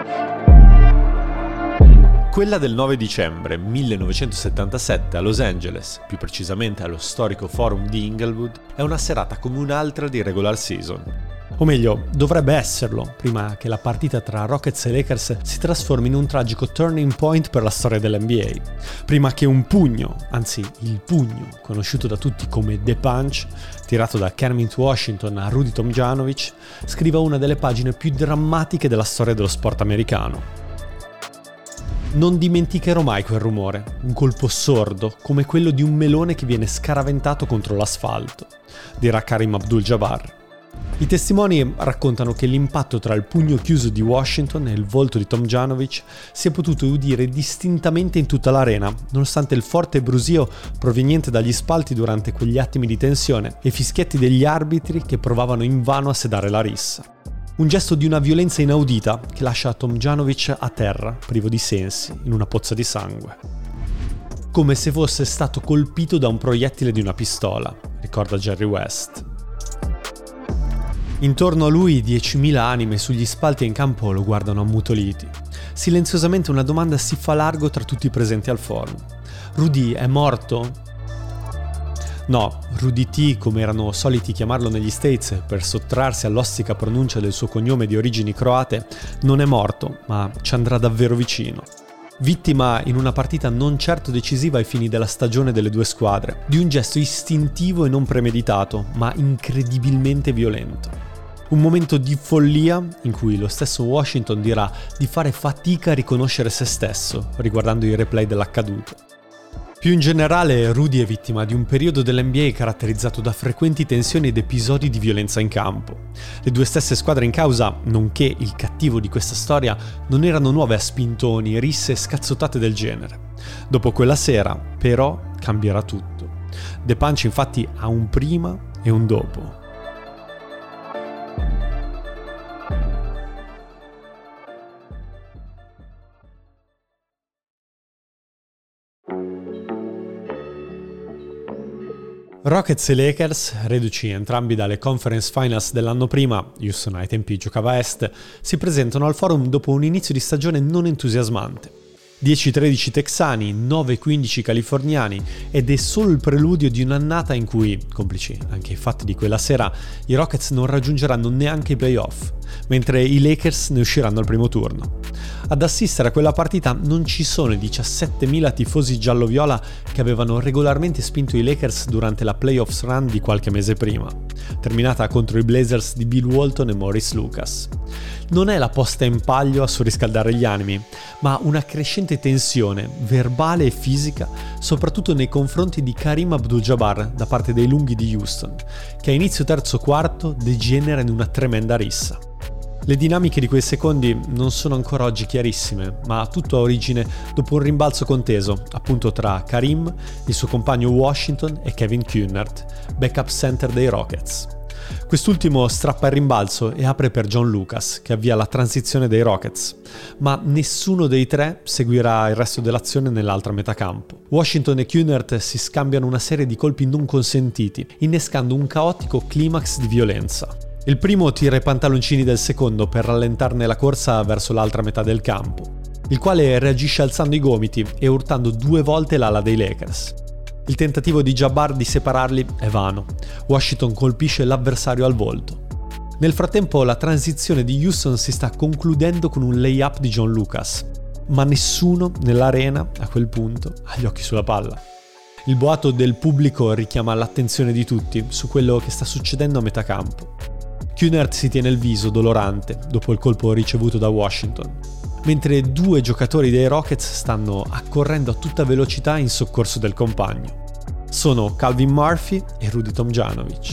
Quella del 9 dicembre 1977 a Los Angeles, più precisamente allo storico Forum di Inglewood, è una serata come un'altra di regular season. O meglio, dovrebbe esserlo, prima che la partita tra Rockets e Lakers si trasformi in un tragico turning point per la storia dell'NBA. Prima che un pugno, anzi il pugno, conosciuto da tutti come The Punch, tirato da Kermit Washington a Rudy Tomjanovich, scriva una delle pagine più drammatiche della storia dello sport americano. Non dimenticherò mai quel rumore, un colpo sordo come quello di un melone che viene scaraventato contro l'asfalto, dirà Kareem Abdul-Jabbar. I testimoni raccontano che l'impatto tra il pugno chiuso di Washington e il volto di Tomjanovich si è potuto udire distintamente in tutta l'arena, nonostante il forte brusio proveniente dagli spalti durante quegli attimi di tensione e i fischietti degli arbitri che provavano invano a sedare la rissa. Un gesto di una violenza inaudita che lascia Tomjanovich a terra, privo di sensi, in una pozza di sangue. Come se fosse stato colpito da un proiettile di una pistola, ricorda Jerry West. Intorno a lui 10.000 anime sugli spalti e in campo lo guardano ammutoliti. Silenziosamente una domanda si fa largo tra tutti i presenti al forum. Rudy è morto? No, Rudy T, come erano soliti chiamarlo negli States per sottrarsi all'ostica pronuncia del suo cognome di origini croate, non è morto, ma ci andrà davvero vicino. Vittima in una partita non certo decisiva ai fini della stagione delle due squadre, di un gesto istintivo e non premeditato, ma incredibilmente violento. Un momento di follia in cui lo stesso Washington dirà di fare fatica a riconoscere se stesso, riguardando i replay dell'accaduto. Più in generale, Rudy è vittima di un periodo dell'NBA caratterizzato da frequenti tensioni ed episodi di violenza in campo. Le due stesse squadre in causa, nonché il cattivo di questa storia, non erano nuove a spintoni, risse e scazzottate del genere. Dopo quella sera, però, cambierà tutto. The Punch infatti ha un prima e un dopo. Rockets e Lakers, reduci entrambi dalle conference finals dell'anno prima, Houston ai tempi giocava a est, si presentano al forum dopo un inizio di stagione non entusiasmante. 10-13 texani, 9-15 californiani ed è solo il preludio di un'annata in cui, complici anche i fatti di quella sera, i Rockets non raggiungeranno neanche i playoff, mentre i Lakers ne usciranno al primo turno. Ad assistere a quella partita non ci sono i 17.000 tifosi giallo-viola che avevano regolarmente spinto i Lakers durante la playoffs run di qualche mese prima, terminata contro i Blazers di Bill Walton e Maurice Lucas. Non è la posta in palio a surriscaldare gli animi, ma una crescente tensione verbale e fisica, soprattutto nei confronti di Kareem Abdul-Jabbar da parte dei lunghi di Houston, che a inizio terzo quarto degenera in una tremenda rissa. Le dinamiche di quei secondi non sono ancora oggi chiarissime, ma tutto ha origine dopo un rimbalzo conteso, appunto tra Kareem, il suo compagno Washington e Kevin Kühnert, backup center dei Rockets. Quest'ultimo strappa il rimbalzo e apre per John Lucas, che avvia la transizione dei Rockets, ma nessuno dei tre seguirà il resto dell'azione nell'altra metà campo. Washington e Kühnert si scambiano una serie di colpi non consentiti, innescando un caotico climax di violenza. Il primo tira i pantaloncini del secondo per rallentarne la corsa verso l'altra metà del campo, il quale reagisce alzando i gomiti e urtando 2 volte l'ala dei Lakers. Il tentativo di Jabbar di separarli è vano. Washington colpisce l'avversario al volto. Nel frattempo la transizione di Houston si sta concludendo con un layup di John Lucas, ma nessuno nell'arena a quel punto ha gli occhi sulla palla. Il boato del pubblico richiama l'attenzione di tutti su quello che sta succedendo a metà campo. Kühnert si tiene il viso dolorante dopo il colpo ricevuto da Washington, mentre 2 giocatori dei Rockets stanno accorrendo a tutta velocità in soccorso del compagno. Sono Calvin Murphy e Rudy Tomjanovich.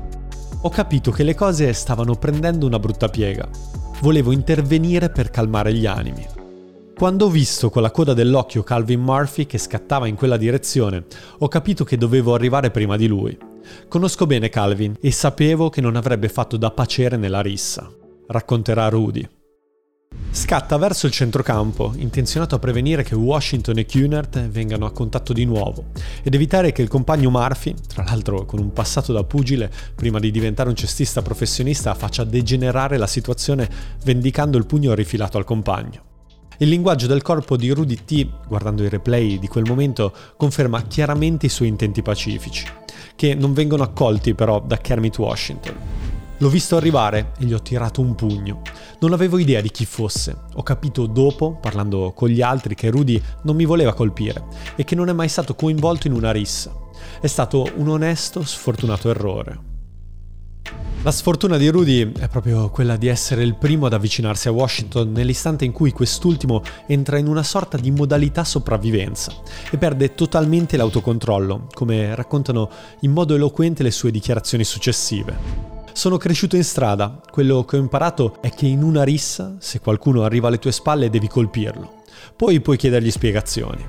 Ho capito che le cose stavano prendendo una brutta piega. Volevo intervenire per calmare gli animi. Quando ho visto con la coda dell'occhio Calvin Murphy che scattava in quella direzione, ho capito che dovevo arrivare prima di lui. Conosco bene Calvin e sapevo che non avrebbe fatto da pacere nella rissa, racconterà Rudy. Scatta verso il centrocampo, intenzionato a prevenire che Washington e Kunert vengano a contatto di nuovo ed evitare che il compagno Murphy, tra l'altro con un passato da pugile prima di diventare un cestista professionista, faccia degenerare la situazione vendicando il pugno rifilato al compagno. Il linguaggio del corpo di Rudy T, guardando i replay di quel momento, conferma chiaramente i suoi intenti pacifici, che non vengono accolti però da Kermit Washington. L'ho visto arrivare e gli ho tirato un pugno. Non avevo idea di chi fosse. Ho capito dopo, parlando con gli altri, che Rudy non mi voleva colpire e che non è mai stato coinvolto in una rissa. È stato un onesto, sfortunato errore. La sfortuna di Rudy è proprio quella di essere il primo ad avvicinarsi a Washington nell'istante in cui quest'ultimo entra in una sorta di modalità sopravvivenza e perde totalmente l'autocontrollo, come raccontano in modo eloquente le sue dichiarazioni successive. Sono cresciuto in strada, quello che ho imparato è che in una rissa, se qualcuno arriva alle tue spalle devi colpirlo, poi puoi chiedergli spiegazioni.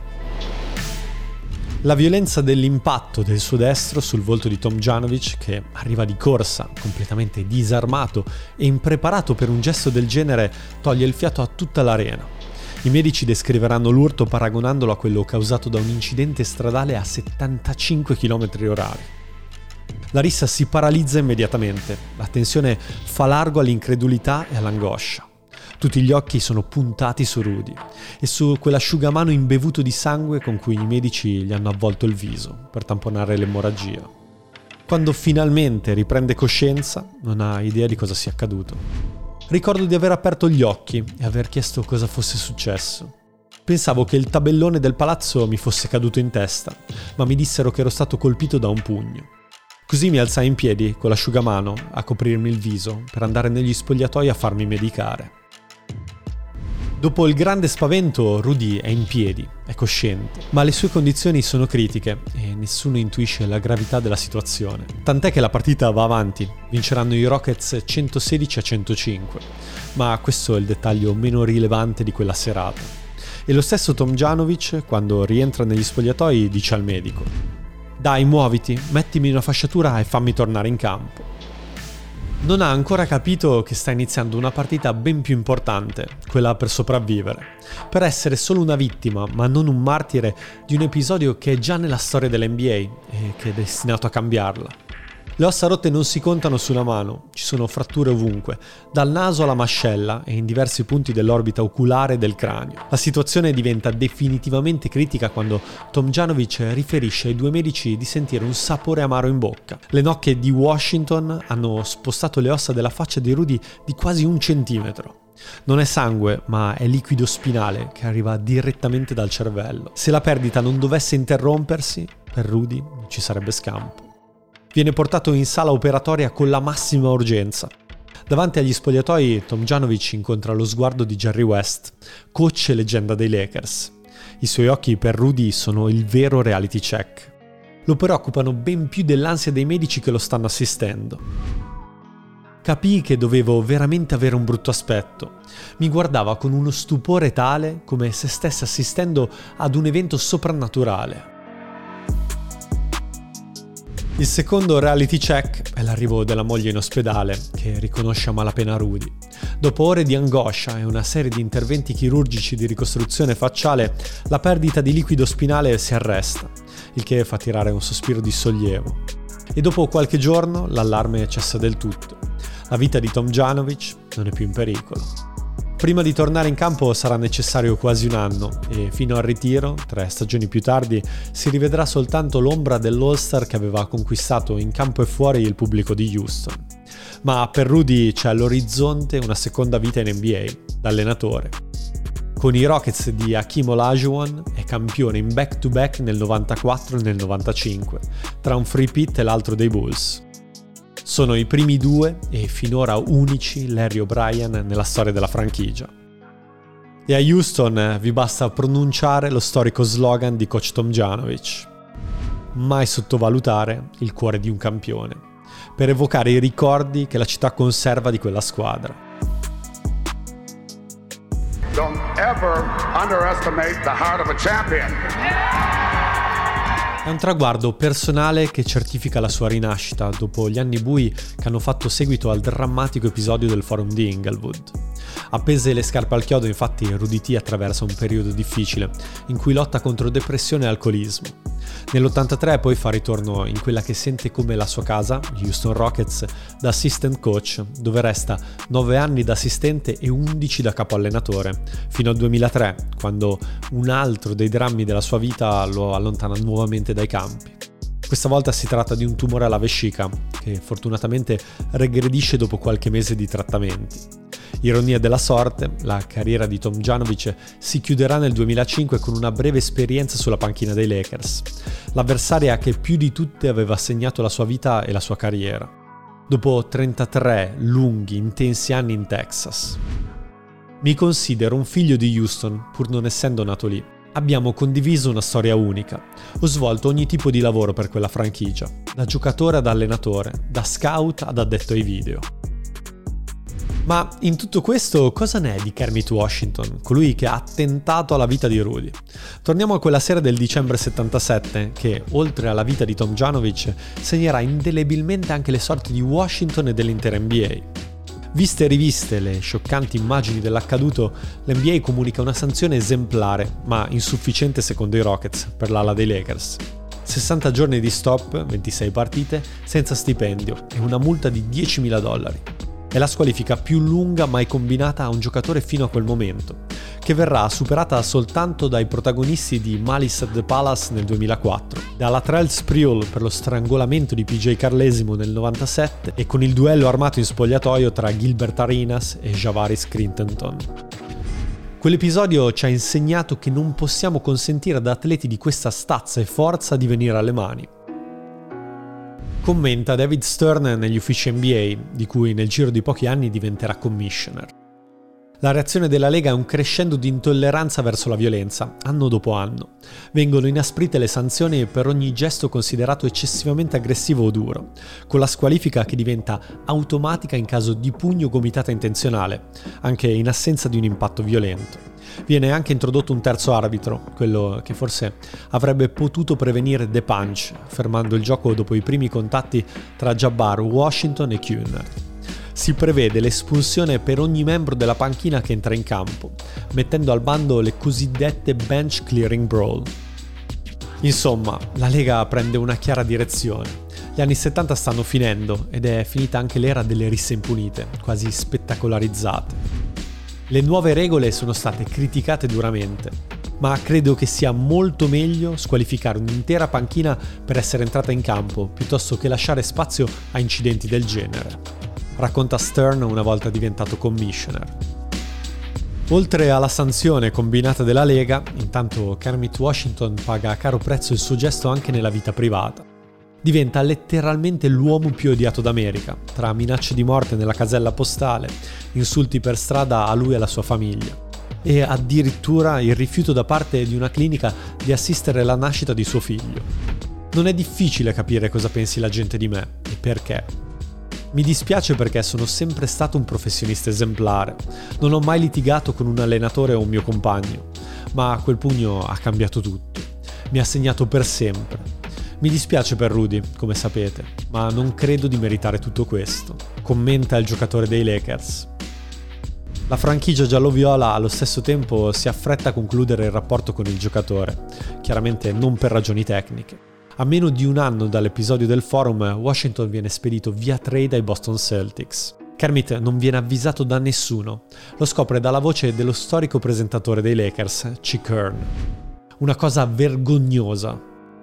La violenza dell'impatto del suo destro sul volto di Tomljanovic, che arriva di corsa, completamente disarmato e impreparato per un gesto del genere, toglie il fiato a tutta l'arena. I medici descriveranno l'urto paragonandolo a quello causato da un incidente stradale a 75 km/h. La rissa si paralizza immediatamente, la tensione fa largo all'incredulità e all'angoscia. Tutti gli occhi sono puntati su Rudy e su quell'asciugamano imbevuto di sangue con cui i medici gli hanno avvolto il viso per tamponare l'emorragia. Quando finalmente riprende coscienza, non ha idea di cosa sia accaduto. Ricordo di aver aperto gli occhi e aver chiesto cosa fosse successo. Pensavo che il tabellone del palazzo mi fosse caduto in testa, ma mi dissero che ero stato colpito da un pugno. Così mi alzai in piedi con l'asciugamano a coprirmi il viso per andare negli spogliatoi a farmi medicare. Dopo il grande spavento, Rudy è in piedi, è cosciente, ma le sue condizioni sono critiche e nessuno intuisce la gravità della situazione. Tant'è che la partita va avanti, vinceranno i Rockets 116-105, ma questo è il dettaglio meno rilevante di quella serata. E lo stesso Tomljanovic, quando rientra negli spogliatoi, dice al medico: «Dai, muoviti, mettimi una fasciatura e fammi tornare in campo». Non ha ancora capito che sta iniziando una partita ben più importante, quella per sopravvivere, per essere solo una vittima, ma non un martire di un episodio che è già nella storia dell'NBA e che è destinato a cambiarla. Le ossa rotte non si contano su una mano, ci sono fratture ovunque, dal naso alla mascella e in diversi punti dell'orbita oculare e del cranio. La situazione diventa definitivamente critica quando Tomljanovic riferisce ai due medici di sentire un sapore amaro in bocca. Le nocche di Washington hanno spostato le ossa della faccia di Rudy di quasi 1 centimetro. Non è sangue, ma è liquido spinale che arriva direttamente dal cervello. Se la perdita non dovesse interrompersi, per Rudy non ci sarebbe scampo. Viene portato in sala operatoria con la massima urgenza. Davanti agli spogliatoi, Tomljanovic incontra lo sguardo di Jerry West, coach e leggenda dei Lakers. I suoi occhi per Rudy sono il vero reality check. Lo preoccupano ben più dell'ansia dei medici che lo stanno assistendo. Capii che dovevo veramente avere un brutto aspetto. Mi guardava con uno stupore tale come se stesse assistendo ad un evento soprannaturale. Il secondo reality check è l'arrivo della moglie in ospedale, che riconosce a malapena Rudy. Dopo ore di angoscia e una serie di interventi chirurgici di ricostruzione facciale, la perdita di liquido spinale si arresta, il che fa tirare un sospiro di sollievo. E dopo qualche giorno l'allarme cessa del tutto. La vita di Tomljanovic non è più in pericolo. Prima di tornare in campo sarà necessario quasi 1 anno e fino al ritiro, 3 stagioni più tardi, si rivedrà soltanto l'ombra dell'All-Star che aveva conquistato in campo e fuori il pubblico di Houston. Ma per Rudy c'è all'orizzonte una seconda vita in NBA, da allenatore. Con i Rockets di Hakeem Olajuwon è campione in back-to-back nel 94 e nel 95, tra un free hit e l'altro dei Bulls. Sono i primi 2 e finora unici Larry O'Brien nella storia della franchigia. E a Houston vi basta pronunciare lo storico slogan di coach Tomljanovic: mai sottovalutare il cuore di un campione, per evocare i ricordi che la città conserva di quella squadra. Don't ever underestimate the heart of a champion. È un traguardo personale che certifica la sua rinascita dopo gli anni bui che hanno fatto seguito al drammatico episodio del Forum di Inglewood. Appese le scarpe al chiodo, infatti, Rudy T attraversa un periodo difficile, in cui lotta contro depressione e alcolismo. Nell'83 poi fa ritorno in quella che sente come la sua casa, gli Houston Rockets, da assistant coach, dove resta 9 anni da assistente e 11 da capo allenatore, fino al 2003, quando un altro dei drammi della sua vita lo allontana nuovamente dai campi. Questa volta si tratta di un tumore alla vescica, che fortunatamente regredisce dopo qualche mese di trattamenti. Ironia della sorte, la carriera di Tom Janovich si chiuderà nel 2005 con una breve esperienza sulla panchina dei Lakers, l'avversaria che più di tutte aveva segnato la sua vita e la sua carriera, dopo 33 lunghi, intensi anni in Texas. Mi considero un figlio di Houston, pur non essendo nato lì. Abbiamo condiviso una storia unica. Ho svolto ogni tipo di lavoro per quella franchigia, da giocatore ad allenatore, da scout ad addetto ai video. Ma in tutto questo cosa ne è di Kermit Washington, colui che ha attentato alla vita di Rudy? Torniamo a quella sera del dicembre 77 che, oltre alla vita di Tom Janovich, segnerà indelebilmente anche le sorti di Washington e dell'intera NBA. Viste e riviste le scioccanti immagini dell'accaduto, l'NBA comunica una sanzione esemplare, ma insufficiente secondo i Rockets, per l'ala dei Lakers. 60 giorni di stop, 26 partite, senza stipendio e una multa di $10.000. È la squalifica più lunga mai combinata a un giocatore fino a quel momento, che verrà superata soltanto dai protagonisti di Malice at the Palace nel 2004, da Latrell Sprewell per lo strangolamento di PJ Carlesimo nel 97 e con il duello armato in spogliatoio tra Gilbert Arenas e Javaris Crittenton. Quell'episodio ci ha insegnato che non possiamo consentire ad atleti di questa stazza e forza di venire alle mani. Commenta David Stern negli uffici NBA, di cui nel giro di pochi anni diventerà commissioner. La reazione della Lega è un crescendo di intolleranza verso la violenza, anno dopo anno. Vengono inasprite le sanzioni per ogni gesto considerato eccessivamente aggressivo o duro, con la squalifica che diventa automatica in caso di pugno o gomitata intenzionale, anche in assenza di un impatto violento. Viene anche introdotto un terzo arbitro, quello che forse avrebbe potuto prevenire The Punch, fermando il gioco dopo i primi contatti tra Jabbar, Washington e Kuhner. Si prevede l'espulsione per ogni membro della panchina che entra in campo, mettendo al bando le cosiddette bench clearing brawl. Insomma, la Lega prende una chiara direzione. Gli anni 70 stanno finendo ed è finita anche l'era delle risse impunite, quasi spettacolarizzate. Le nuove regole sono state criticate duramente, ma credo che sia molto meglio squalificare un'intera panchina per essere entrata in campo, piuttosto che lasciare spazio a incidenti del genere. Racconta Stern una volta diventato commissioner. Oltre alla sanzione combinata della Lega, intanto Kermit Washington paga a caro prezzo il suo gesto anche nella vita privata. Diventa letteralmente l'uomo più odiato d'America, tra minacce di morte nella casella postale, insulti per strada a lui e alla sua famiglia, e addirittura il rifiuto da parte di una clinica di assistere la nascita di suo figlio. Non è difficile capire cosa pensi la gente di me e perché. Mi dispiace perché sono sempre stato un professionista esemplare, non ho mai litigato con un allenatore o un mio compagno, ma quel pugno ha cambiato tutto, mi ha segnato per sempre. Mi dispiace per Rudy, come sapete, ma non credo di meritare tutto questo, commenta il giocatore dei Lakers. La franchigia giallo-viola allo stesso tempo si affretta a concludere il rapporto con il giocatore, chiaramente non per ragioni tecniche. A meno di un anno dall'episodio del forum, Washington viene spedito via trade ai Boston Celtics. Kermit non viene avvisato da nessuno, lo scopre dalla voce dello storico presentatore dei Lakers, Chick Hearn. Una cosa vergognosa.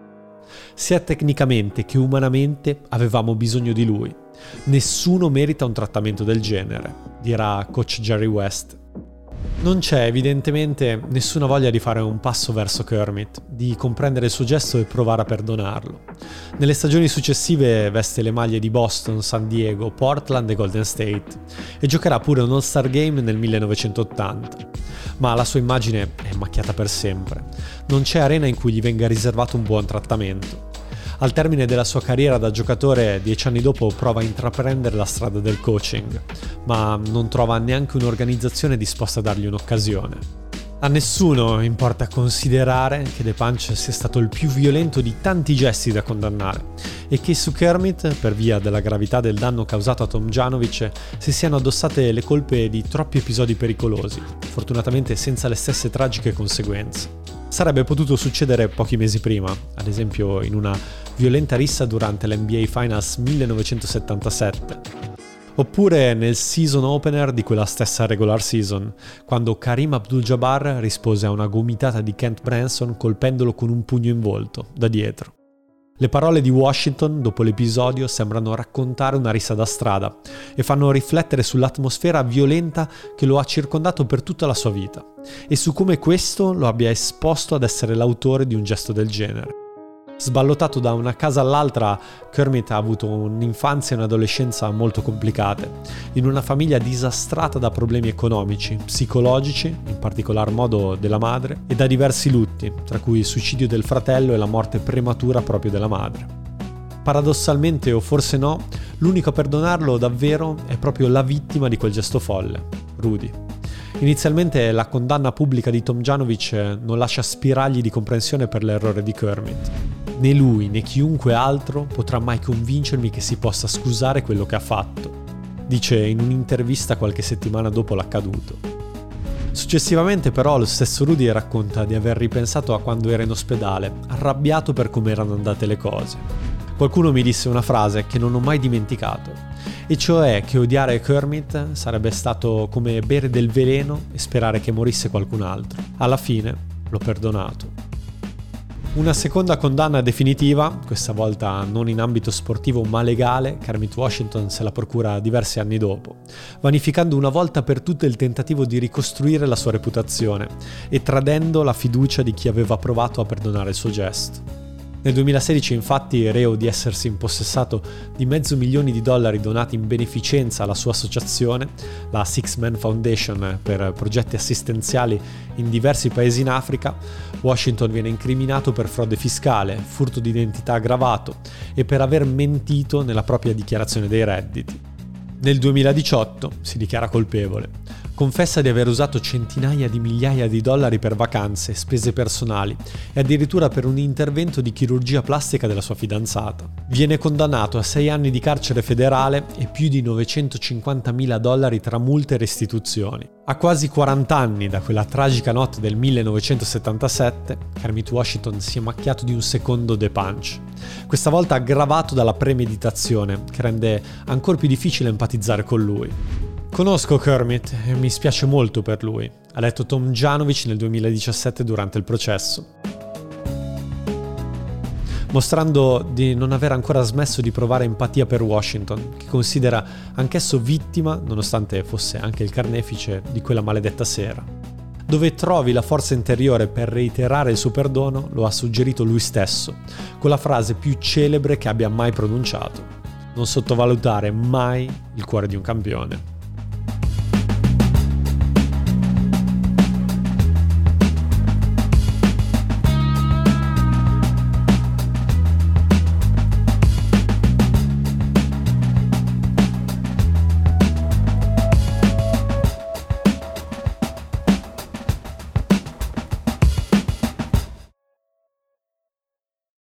Sia tecnicamente che umanamente avevamo bisogno di lui. Nessuno merita un trattamento del genere, dirà coach Jerry West. Non c'è evidentemente nessuna voglia di fare un passo verso Kermit, di comprendere il suo gesto e provare a perdonarlo. Nelle stagioni successive veste le maglie di Boston, San Diego, Portland e Golden State e giocherà pure un All-Star Game nel 1980. Ma la sua immagine è macchiata per sempre. Non c'è arena in cui gli venga riservato un buon trattamento. Al termine della sua carriera da giocatore, 10 anni dopo prova a intraprendere la strada del coaching, ma non trova neanche un'organizzazione disposta a dargli un'occasione. A nessuno importa considerare che The Punch sia stato il più violento di tanti gesti da condannare e che su Kermit, per via della gravità del danno causato a Tomljanovic, si siano addossate le colpe di troppi episodi pericolosi, fortunatamente senza le stesse tragiche conseguenze. Sarebbe potuto succedere pochi mesi prima, ad esempio in una violenta rissa durante l'NBA Finals 1977. Oppure nel season opener di quella stessa regular season, quando Kareem Abdul-Jabbar rispose a una gomitata di Kent Branson colpendolo con un pugno in volto, da dietro. Le parole di Washington dopo l'episodio sembrano raccontare una rissa da strada e fanno riflettere sull'atmosfera violenta che lo ha circondato per tutta la sua vita e su come questo lo abbia esposto ad essere l'autore di un gesto del genere. Sballottato da una casa all'altra, Kermit ha avuto un'infanzia e un'adolescenza molto complicate, in una famiglia disastrata da problemi economici, psicologici, in particolar modo della madre, e da diversi lutti, tra cui il suicidio del fratello e la morte prematura proprio della madre. Paradossalmente, o forse no, l'unico a perdonarlo davvero è proprio la vittima di quel gesto folle, Rudy. Inizialmente la condanna pubblica di Tomljanovic non lascia spiragli di comprensione per l'errore di Kermit. Né lui né chiunque altro potrà mai convincermi che si possa scusare quello che ha fatto, dice in un'intervista qualche settimana dopo l'accaduto. Successivamente però lo stesso Rudy racconta di aver ripensato a quando era in ospedale, arrabbiato per come erano andate le cose. Qualcuno mi disse una frase che non ho mai dimenticato, e cioè che odiare Kermit sarebbe stato come bere del veleno e sperare che morisse qualcun altro. Alla fine l'ho perdonato. Una seconda condanna definitiva, questa volta non in ambito sportivo ma legale, Kermit Washington se la procura diversi anni dopo, vanificando una volta per tutte il tentativo di ricostruire la sua reputazione e tradendo la fiducia di chi aveva provato a perdonare il suo gesto. Nel 2016 infatti, reo di essersi impossessato di $500,000 donati in beneficenza alla sua associazione, la Six Man Foundation, per progetti assistenziali in diversi paesi in Africa, Washington viene incriminato per frode fiscale, furto di identità aggravato e per aver mentito nella propria dichiarazione dei redditi. Nel 2018 si dichiara colpevole. Confessa di aver usato centinaia di migliaia di dollari per vacanze, spese personali e addirittura per un intervento di chirurgia plastica della sua fidanzata. Viene condannato a 6 anni di carcere federale e più di $950,000 tra multe e restituzioni. A quasi 40 anni da quella tragica notte del 1977, Kermit Washington si è macchiato di un secondo The Punch, questa volta aggravato dalla premeditazione, che rende ancora più difficile empatizzare con lui. Conosco Kermit e mi spiace molto per lui, ha detto Tomljanovic nel 2017 durante il processo, mostrando di non aver ancora smesso di provare empatia per Washington, che considera anch'esso vittima, nonostante fosse anche il carnefice di quella maledetta sera. Dove trovi la forza interiore per reiterare il suo perdono, lo ha suggerito lui stesso, con la frase più celebre che abbia mai pronunciato: non sottovalutare mai il cuore di un campione.